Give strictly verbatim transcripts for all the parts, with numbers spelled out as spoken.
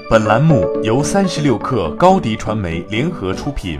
本栏目由三十六氪高迪传媒联合出品。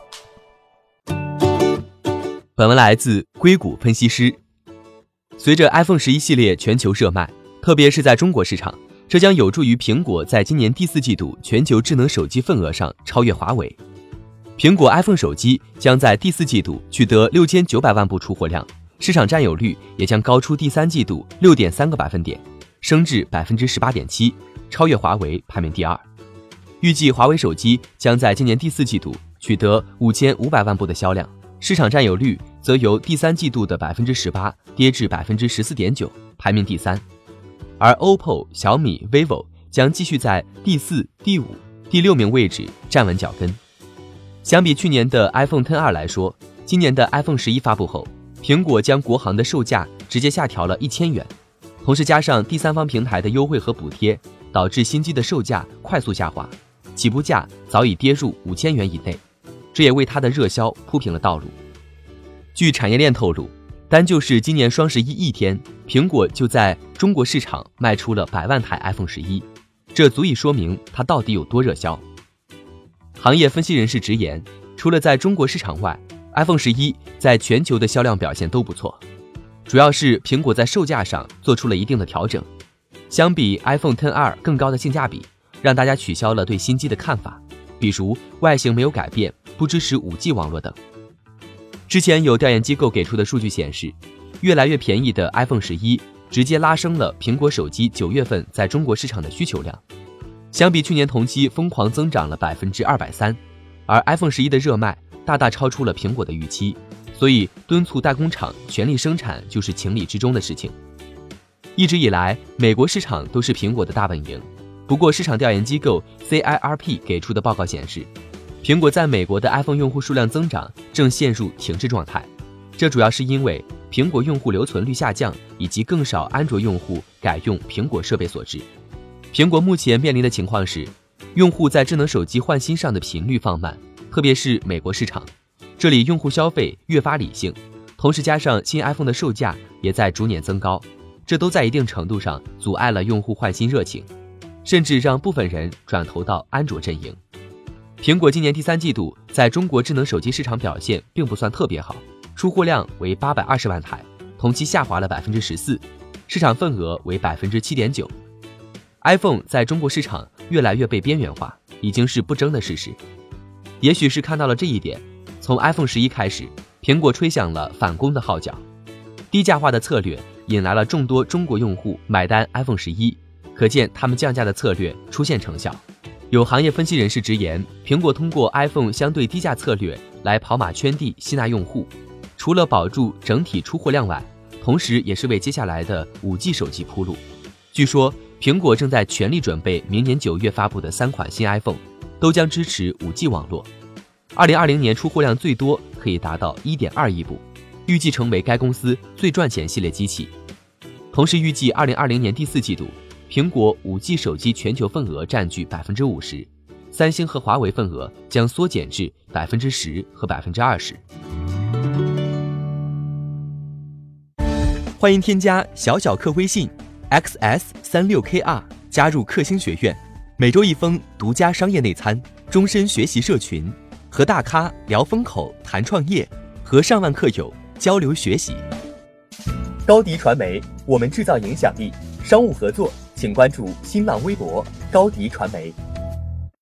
本文来自硅谷分析师。随着 iPhone 十一系列全球热卖，特别是在中国市场，这将有助于苹果在今年第四季度全球智能手机份额上超越华为。苹果 iPhone 手机将在第四季度取得六千九百万部出货量，市场占有率也将高出第三季度 六点三个百分点，升至 百分之十八点七， 超越华为排名第二。预计华为手机将在今年第四季度取得五千五百万部的销量，市场占有率则由第三季度的 百分之十八 跌至 百分之十四点九， 排名第三。而 O P P O、小米、vivo 将继续在第四、第五、第六名位置站稳脚跟。相比去年的 iPhone X R 来说，今年的 iPhone 十一发布后，苹果将国行的售价直接下调了一千元，同时加上第三方平台的优惠和补贴，导致新机的售价快速下滑，起步价早已跌入五千元以内，这也为它的热销铺平了道路。据产业链透露，单就是今年双十一一天，苹果就在中国市场卖出了百万台 iPhone 十一，这足以说明它到底有多热销。行业分析人士直言，除了在中国市场外， iPhone 十一在全球的销量表现都不错，主要是苹果在售价上做出了一定的调整，相比 iPhone X R 更高的性价比，让大家取消了对新机的看法，比如外形没有改变，不支持 五 G 网络等。之前有调研机构给出的数据显示，越来越便宜的 iPhone 十一直接拉升了苹果手机九月份在中国市场的需求量，相比去年同期疯狂增长了 百分之二百三十， 而 iPhone 十一的热卖大大超出了苹果的预期，所以敦促代工厂全力生产就是情理之中的事情。一直以来，美国市场都是苹果的大本营，不过市场调研机构 C I R P 给出的报告显示，苹果在美国的 iPhone 用户数量增长正陷入停滞状态，这主要是因为苹果用户留存率下降，以及更少安卓用户改用苹果设备所致。苹果目前面临的情况是，用户在智能手机换新上的频率放慢，特别是美国市场，这里用户消费越发理性，同时加上新 iPhone 的售价也在逐年增高，这都在一定程度上阻碍了用户换新热情，甚至让部分人转投到安卓阵营。苹果今年第三季度在中国智能手机市场表现并不算特别好，出货量为八百二十万台，同期下滑了 百分之十四， 市场份额为 百分之七点九。 iPhone 在中国市场越来越被边缘化，已经是不争的事实。也许是看到了这一点，从 iPhone 十一开始，苹果吹响了反攻的号角，低价化的策略引来了众多中国用户买单 iPhone 十一，可见他们降价的策略出现成效。有行业分析人士直言，苹果通过 iPhone 相对低价策略来跑马圈地吸纳用户，除了保住整体出货量外，同时也是为接下来的 五 G 手机铺路。据说苹果正在全力准备明年九月发布的三款新 iPhone， 都将支持 五 G 网络。二零二零年出货量最多可以达到 一点二亿部，预计成为该公司最赚钱系列机器。同时预计二零二零年第四季度，苹果 五 G 手机全球份额占据 百分之五十， 三星和华为份额将缩减至 百分之十 和 百分之二十。 欢迎添加小小客微信 X S 三六 K R 加入克星学院，每周一封独家商业内参，终身学习社群，和大咖聊风口谈创业，和上万客友交流学习。高迪传媒，我们制造影响力。商务合作请关注新浪微博高迪传媒。